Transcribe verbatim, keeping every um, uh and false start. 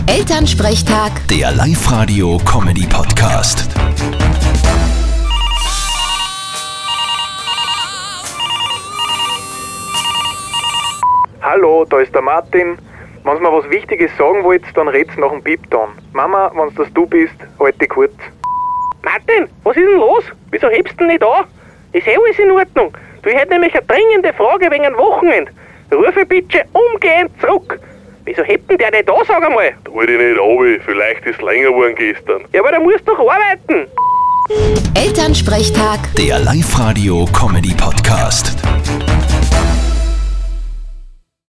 Elternsprechtag, Der Live-Radio-Comedy-Podcast. Hallo, da ist der Martin. Wenn ihr mir was Wichtiges sagen wollt, dann red's nach dem Piep dann. Mama, wenn's das du bist, halt dich kurz. Martin, was ist denn los? Wieso hebst du denn nicht an? Ist eh alles in Ordnung. Du, ich hätte nämlich eine dringende Frage wegen einem Wochenende. Rufe bitte umgehend zurück. Wieso hebt denn der nicht an, sag einmal? Da wollte ich nicht runter, vielleicht ist es länger geworden gestern. Ja, aber da musst du doch arbeiten. Elternsprechtag. Der Live-Radio-Comedy-Podcast.